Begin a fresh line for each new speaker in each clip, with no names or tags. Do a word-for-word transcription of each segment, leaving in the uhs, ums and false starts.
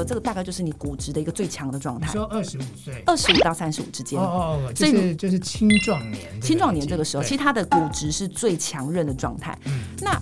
这个大概就是你骨质的一个最强的状态。
你说二十五岁，
二十五到三十五之间。
哦哦，就是就是青壮年，
青壮年这个时候，其实他的骨质是最强韧的状态。嗯，那。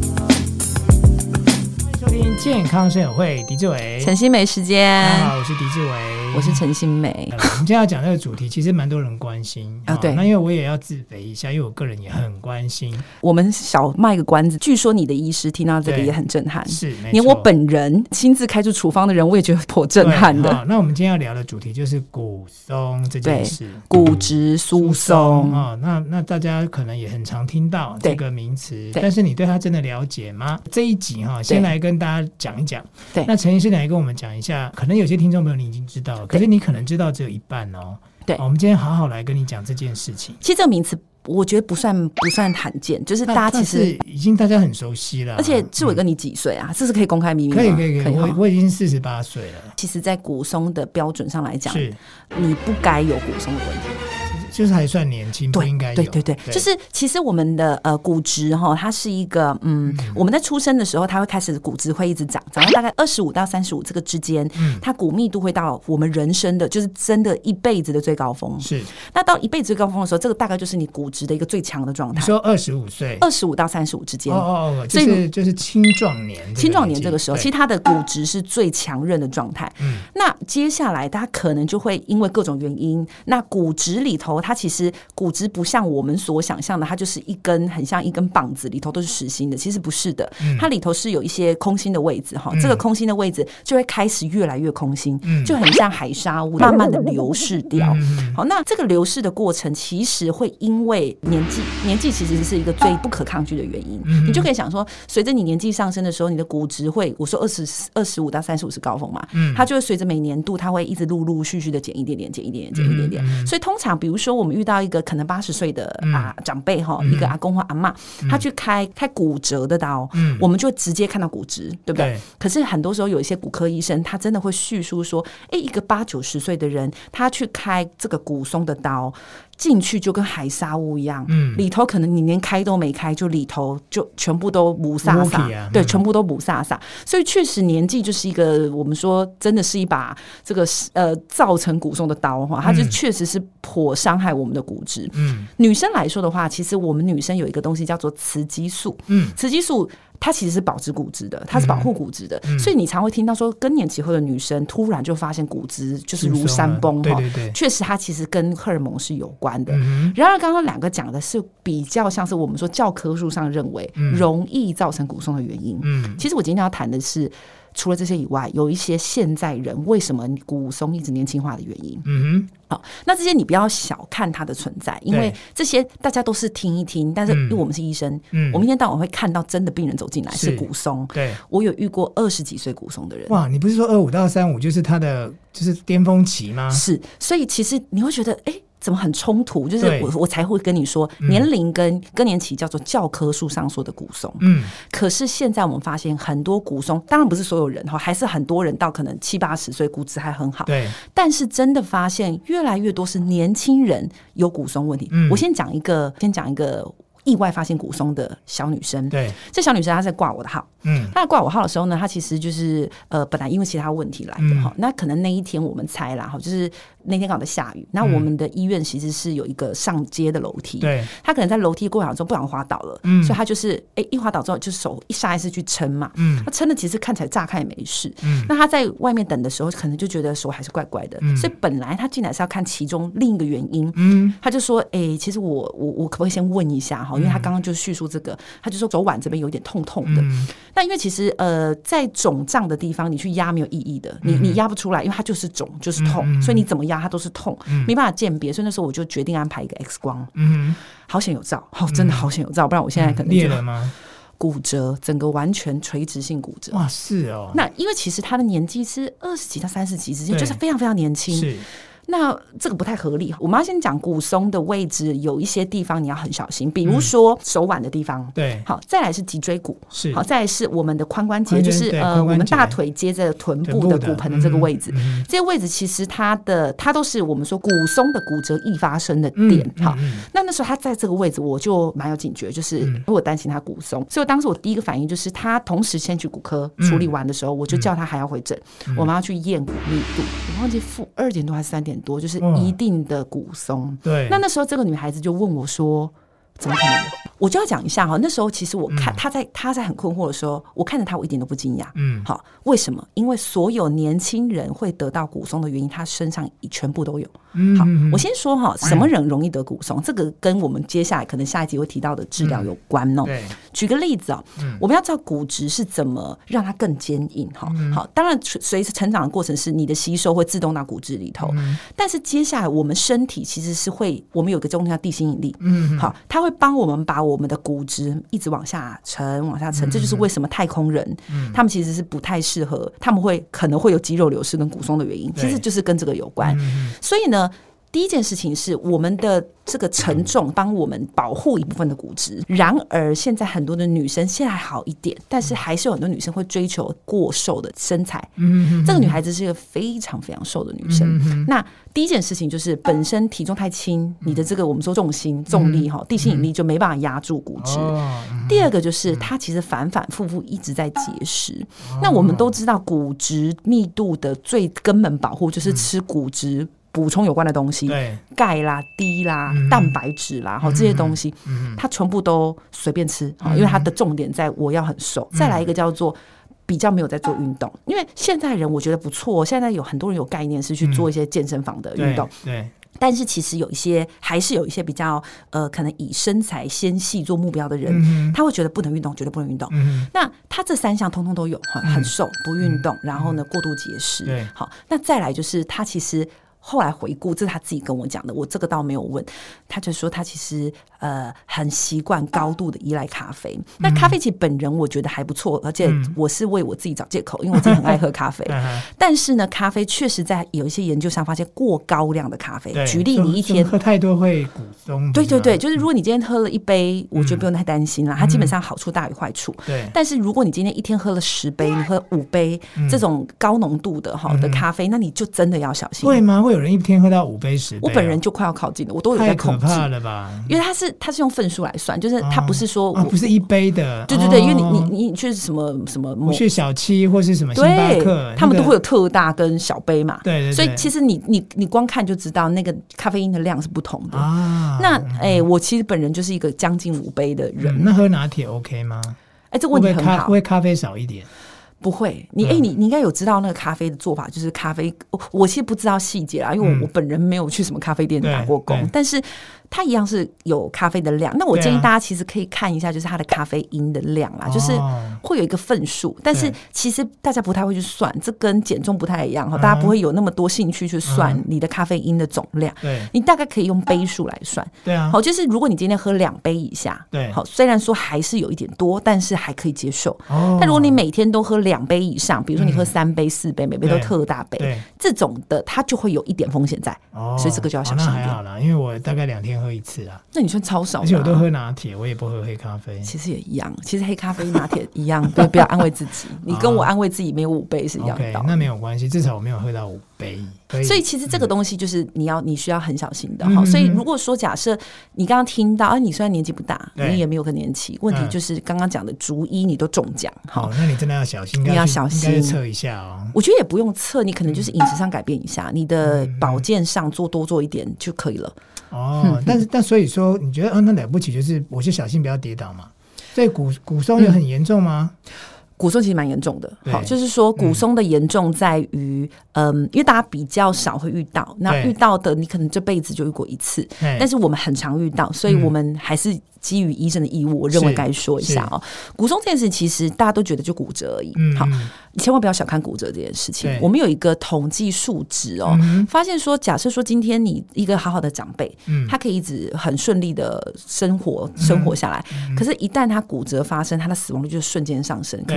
收听健康生友会，狄志伟、
陈欣湄时间。
大家好，我是狄志伟，
我是陈欣湄。
我们今天要讲这个主题，其实蛮多人关心啊。对，那因为我也要自肥一下，因为我个人也很关心。
我们小卖个关子，据说你的医师听到这个也很震撼，
是，没错，
连我本人亲自开出处方的人，我也觉得颇震撼的。
那我们今天要聊的主题就是骨松这件事，
骨质疏松
啊、哦。那那大家可能也很常听到这个名词，但是你对它真的了解吗？这一集哈、哦，先来跟大家讲一讲。对，那陈医师来跟我们讲一下，可能有些听众朋友你已经知道了，可是你可能知道只有一半哦。对，我们今天好好来跟你讲这件事情。
其实这个名词我觉得不算不算罕见，就是大家其实
已经大家很熟悉了。
而且志伟哥你几岁啊？这是可以公开秘密吗？
可以可以可以，我我已经四十八岁了。
其实，在骨松的标准上来讲，是你不该有骨松的问题。
就是还算年轻，不应该有。
对对 对, 对，就是其实我们的呃骨质哈，它是一个嗯，嗯我们在出生的时候，它会开始骨质会一直长，长到大概二十五到三十五这个之间，嗯，它骨密度会到我们人生的就是真的一辈子的最高峰。是，那到一辈子最高峰的时候，这个大概就是你骨质的一个最强的状态。
你说二十五岁，
二十五到三十五之间，
哦哦哦，就是就是青壮年，
青壮年这个时候，其实它的骨质是最强韧的状态。嗯，那接下来它可能就会因为各种原因，那骨质里头它其实骨质不像我们所想象的，它就是一根很像一根棒子，里头都是实心的。其实不是的，嗯、它里头是有一些空心的位置哈、嗯。这个空心的位置就会开始越来越空心，嗯、就很像海沙屋，慢慢的流逝掉。嗯、好，那这个流逝的过程，其实会因为年纪，年纪其实是一个最不可抗拒的原因。嗯、你就可以想说，随着你年纪上升的时候，你的骨质会，我说二十二十五到三十五是高峰嘛，嗯、它就会随着每年度，它会一直陆陆续续的减一点点，减一点点，减一点点。嗯、所以通常，比如说我们遇到一个可能八十岁的啊、嗯、长辈哈，一个阿公或阿嬷，嗯、他去开开骨折的刀，嗯、我们就直接看到骨质，对不对？对。可是很多时候有一些骨科医生，他真的会叙述说，哎，一个八九十岁的人，他去开这个骨松的刀。进去就跟海沙屋一样，嗯、里头可能你连开都没开，就里头就全部都母萨萨，啊、对，嗯、全部都母萨萨。所以确实年纪就是一个我们说真的是一把这个呃造成骨松的刀哈，它就确实是颇伤害我们的骨质。嗯，女生来说的话，其实我们女生有一个东西叫做雌激素，嗯，雌激素。它其实是保持骨质的，它是保护骨质的，嗯、所以你常会听到说更年期后的女生突然就发现骨质就是如山崩，对对对，确实它其实跟荷尔蒙是有关的。嗯、然而刚刚两个讲的是比较像是我们说教科书上认为容易造成骨松的原因。嗯、其实我今天要谈的是。除了这些以外，有一些现在人为什么骨松一直年轻化的原因。嗯哼，好，那这些你不要小看它的存在，因为这些大家都是听一听，但是因为我们是医生，嗯、我们一天到晚会看到真的病人走进来是骨松。对，我有遇过二十几岁骨松的人。
哇，你不是说二五到三五就是他的就是巅峰期吗？
是，所以其实你会觉得，哎、欸。怎么很冲突？就是我我才会跟你说，年龄跟更年期叫做教科书上说的骨松。嗯，可是现在我们发现很多骨松，当然不是所有人哈，还是很多人到可能七八十岁骨质还很好。对，但是真的发现越来越多是年轻人有骨松问题。嗯、我先讲一个，先讲一个。意外发现骨松的小女生，对，这小女生她在挂我的号，嗯，她在挂我号的时候呢，她其实就是呃，本来因为其他问题来的哈、嗯，那可能那一天我们猜啦哈，就是那天刚好在下雨，那我们的医院其实是有一个上阶的楼梯，对、嗯，她可能在楼梯过程中不小心滑倒了，嗯，所以她就是哎、欸、一滑倒之后就手一下意识去撑嘛，嗯，她撑的其实看起来乍看也没事，嗯，那她在外面等的时候可能就觉得手还是怪怪的，嗯、所以本来她进来是要看其中另一个原因，嗯，她就说哎、欸，其实我我我可不可以先问一下哈？因为他刚刚就叙述这个，他就说手腕这边有点痛痛的。嗯、但因为其实呃，在肿胀的地方，你去压没有意义的，你你压不出来，因为它就是肿，就是痛，嗯、所以你怎么压它都是痛，嗯、没办法鉴别。所以那时候我就决定安排一个 X 光。嗯，好险有照，哦，真的好险有照，不然我现在可能就
裂了吗？
骨折，整个完全垂直性骨折。
哇，是哦。
那因为其实他的年纪是二十几到三十几之间，就是非常非常年轻。是。 那这个不太合理。我们要先讲骨松的位置，有一些地方你要很小心，比如说手腕的地方，
对，
好，再来是脊椎骨，
是，
好，再来是我们的髋关节，就是呃，我们大腿接着臀部的骨盆的这个位置，嗯嗯、这些位置其实它的它都是我们说骨松的骨折易发生的点，嗯、好，嗯、那那时候它在这个位置，我就蛮有警觉，就是我担心它骨松，所以当时我第一个反应就是他同时先去骨科处理完的时候，我就叫他还要回诊，嗯、我们要去验骨密度，我忘记负二点多还是三点多，就是一定的骨松。对，那那时候这个女孩子就问我说：“怎么可能？”我就要讲一下哈，那时候其实我看她在她在很困惑的时候，我看着她，我一点都不惊讶。嗯，好，为什么？因为所有年轻人会得到骨松的原因，她身上全部都有。好，我先说哈，什么人容易得骨松？这个跟我们接下来可能下一集会提到的治疗有关哦。对，举个例子哦，我们要知道骨质是怎么让它更坚硬哈。好，当然随着成长的过程是你的吸收会自动到骨质里头，但是接下来我们身体其实是会，我们有个东西叫地心引力。嗯，好，它会帮我们把我们的骨质一直往下沉，往下沉。这就是为什么太空人他们其实是不太适合，他们会可能会有肌肉流失跟骨松的原因，其实就是跟这个有关。所以呢，第一件事情是我们的这个承重帮我们保护一部分的骨质，然而现在很多的女生现在好一点，但是还是有很多女生会追求过瘦的身材。嗯，这个女孩子是一个非常非常瘦的女生。嗯，那第一件事情就是本身体重太轻，你的这个我们说重心重力哈，地心引力就没办法压住骨质。第二个就是她其实反反复复一直在节食。那我们都知道骨质密度的最根本保护就是吃骨质补充有关的东西，钙啦、锑啦、嗯、蛋白质啦，嗯、这些东西，嗯、它全部都随便吃，嗯、因为它的重点在我要很瘦。嗯、再来一个叫做比较没有在做运动，因为现在人我觉得不错，现在有很多人有概念是去做一些健身房的运动。嗯、对。对，但是其实有一些还是有一些比较呃，可能以身材纤细做目标的人，嗯、他会觉得不能运动，绝对不能运动。嗯、那他这三项通通都有，很瘦、不运动，嗯、然后呢过度节食。对，好，那再来就是他其实。后来回顾，这是他自己跟我讲的，我这个倒没有问。他就说他其实呃很习惯高度的依赖咖啡。那咖啡其实本人我觉得还不错，而且我是为我自己找借口，因为我自己很爱喝咖啡。但是呢，咖啡确实在有一些研究上发现，过高量的咖啡，举例你一天
喝太多会骨松。
对对对，就是如果你今天喝了一杯，我觉得不用太担心啦，它基本上好处大于坏处。对。但是如果你今天一天喝了十杯，你喝五杯这种高浓度的好的咖啡，那你就真的要小心。
会吗？会有人一天喝到五杯十杯、哦？
我本人就快要靠近了，我都有在控制。
太可怕了吧？
因为它是它是用份数来算，就是它不是说、
哦哦、不是一杯的。
对对对，哦、因为你你你去什么什么，
我去小七或是什么星巴克，
他们都会有特大跟小杯嘛。
对 对, 对。
所以其实你你你光看就知道那个咖啡因的量是不同的啊。那哎、欸，我其实本人就是一个将近五杯的人。
嗯、那喝拿铁 OK 吗？
哎、欸，这个问题很好。
会不会咖啡少一点？
不会，你哎、欸，你你应该有知道那个咖啡的做法，就是咖啡，我我其实不知道细节啦，因为我、嗯、我本人没有去什么咖啡店打过工，但是它一样是有咖啡的量。那我建议大家其实可以看一下，就是它的咖啡因的量啦，啊、就是会有一个份数，但是其实大家不太会去算，这跟减重不太一样哈，大家不会有那么多兴趣去算你的咖啡因的总量。对，你大概可以用杯数来算。对啊，好，就是如果你今天喝两杯以下，对，好，虽然说还是有一点多，但是还可以接受。哦，但如果你每天都喝两杯以上，比如说你喝三杯、四杯，每杯都特大杯，这种的它就会有一点风险在。哦，所以这个就要小心一点。
哦、那还好啦，因为我大概两天喝一次啊。
那你算超少的，
而且我都喝拿铁，我也不喝黑咖啡。
其实也一样，其实黑咖啡、拿铁一样，对，不要安慰自己。你跟我安慰自己没有五杯是一样的。
Okay, 那没有关系，至少我没有喝到五杯。
所以其实这个东西就是你要你需要很小心的哈。嗯、所以如果说假设你刚刚听到，啊，你虽然年纪不大，你也没有更年期，问题就是刚刚讲的逐一你都中奖，
好、哦，那你真的要小心，
你要小心，
应该测一下哦。
我觉得也不用测，你可能就是饮食上改变一下，你的保健上做多做一点就可以了。
哦，但是但所以说，你觉得哦，那了不起就是我就小心不要跌倒嘛。所以骨骨松有很严重吗？嗯，
骨松其实蛮严重的，好，就是说骨松的严重在于，嗯，因为大家比较少会遇到，那遇到的你可能这辈子就遇过一次，但是我们很常遇到，所以我们还是基于医生的义务，我认为该说一下哦。骨松这件事其实大家都觉得就骨折而已，嗯、好，你千万不要小看骨折这件事情。我们有一个统计数值哦，嗯、发现说，假设说今天你一个好好的长辈，嗯、他可以一直很顺利的生活生活下来，嗯、可是一旦他骨折发生，他的死亡率就瞬间上升，可能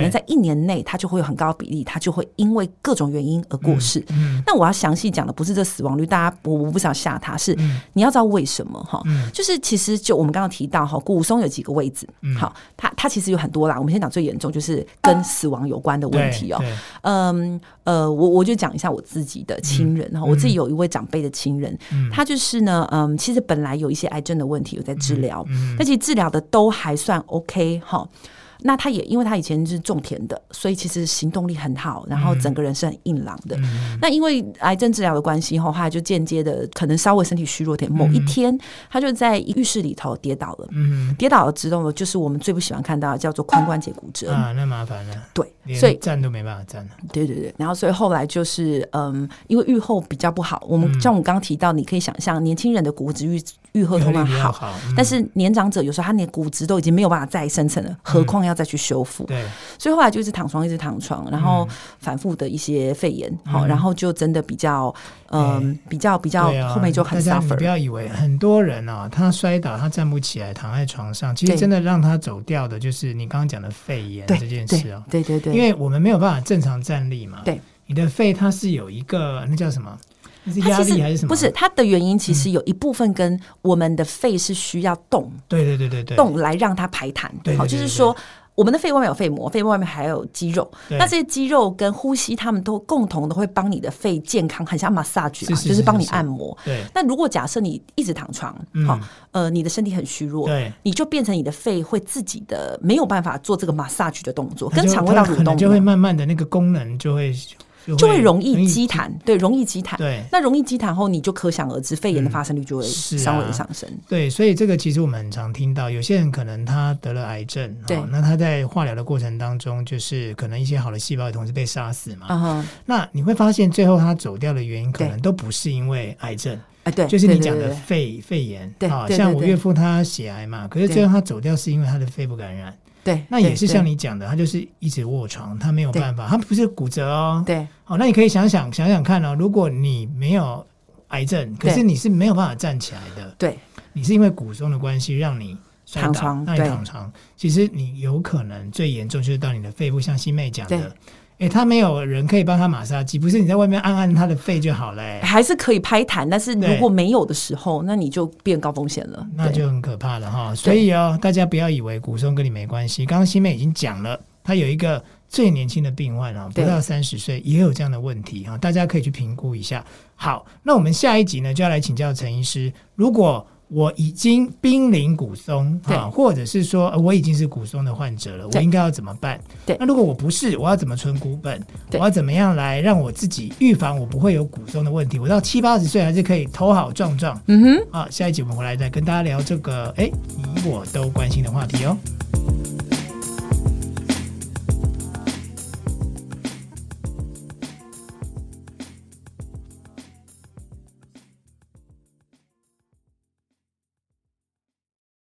能在一年内他就会有很高的比例，他就会因为各种原因而过世。嗯嗯、那我要详细讲的不是这死亡率，大家我我不想吓他，是、嗯、你要知道为什么哈、嗯，就是其实就我们刚刚提到哈，骨松有几个位置，嗯、好，它它其实有很多啦。我们先讲最严重，就是跟死亡有关的问题哦。嗯呃，我我就讲一下我自己的亲人哈、嗯，我自己有一位长辈的亲人，嗯、他就是呢，嗯，其实本来有一些癌症的问题有在治疗，嗯嗯、但其实治疗的都还算 OK 哈。那他也因为他以前是种田的，所以其实行动力很好，然后整个人是很硬朗的。嗯、那因为癌症治疗的关系后，他就间接的可能稍微身体虚弱点。某一天，他就在浴室里头跌倒了。嗯、跌倒了之后呢，就是我们最不喜欢看到的叫做髋关节骨折
啊，那麻烦了。
对，
所以站都没办法站了。
对对对，然后所以后来就是嗯，因为愈后比较不好，我们像我刚刚提到，你可以想象年轻人的骨质愈愈合通常好，好嗯、但是年长者有时候他连骨质都已经没有办法再生成了，何况要再去修复。
对，
所以后来就一直躺床，一直躺床，然后反复的一些肺炎，好、嗯，然后就真的比较，嗯、呃，比较比较、啊、后面就很 suffer。
你不要以为很多人啊，他摔倒，他站不起来，躺在床上，其实真的让他走掉的，就是你刚刚讲的肺炎这件事啊。
对对 对, 对，
因为我们没有办法正常站立嘛。
对，
你的肺它是有一个那叫什么？是压力还是什么？
不是，它的原因其实有一部分跟我们的肺是需要动，
对对对对对，
动来让它排痰。
对对对对对，
好，就是说。我们的肺外面有肺膜，肺外面还有肌肉，那这些肌肉跟呼吸，他们都共同的会帮你的肺健康，很像 massage 嘛，就是帮你按摩。
对。
那如果假设你一直躺床，嗯、好，呃，你的身体很虚弱，
对，
你就变成你的肺会自己的没有办法做这个 massage 的动作，跟肠胃道蠕动，
就会慢慢的那个功能就会。
就会, 就会容易积痰，对，容易积痰。
对，
那容易积痰后，你就可想而知，肺炎的发生率就会稍微的上升、嗯啊。
对，所以这个其实我们很常听到，有些人可能他得了癌症，对，哦、那他在化疗的过程当中，就是可能一些好的细胞也同时被杀死嘛。Uh-huh. 那你会发现，最后他走掉的原因，可能都不是因为癌症。
啊、对，
就是你讲的肺肺炎，
对，
啊、像我岳父他血癌嘛，可是最后他走掉是因为他的肺部感染。
对，
那也是像你讲的，他就是一直卧床，他没有办法，他不是骨折哦。
对，
好、哦，那你可以想想想想看哦，如果你没有癌症，可是你是没有办法站起来的，
对，
你是因为骨松的关系让你摔倒，
躺床，
让你躺床，其实你有可能最严重就是到你的肺部，像新妹讲的。欸、他没有人可以帮他马杀鸡，不是你在外面按按他的肺就好了、欸、
还是可以拍痰，但是如果没有的时候，那你就变高风险了，
那就很可怕了哈。所以哦，大家不要以为骨松跟你没关系。刚刚新妹已经讲了，他有一个最年轻的病患啊，不到三十岁也有这样的问题啊，大家可以去评估一下。好，那我们下一集呢就要来请教陈医师，如果我已经濒临骨松、啊、或者是说我已经是骨松的患者了，我应该要怎么办？
对，
那如果我不是，我要怎么存骨本？我要怎么样来让我自己预防我不会有骨松的问题？我到七八十岁还是可以头好壮壮。嗯哼，好，下一集我们回来再跟大家聊这个，哎，你我都关心的话题哦。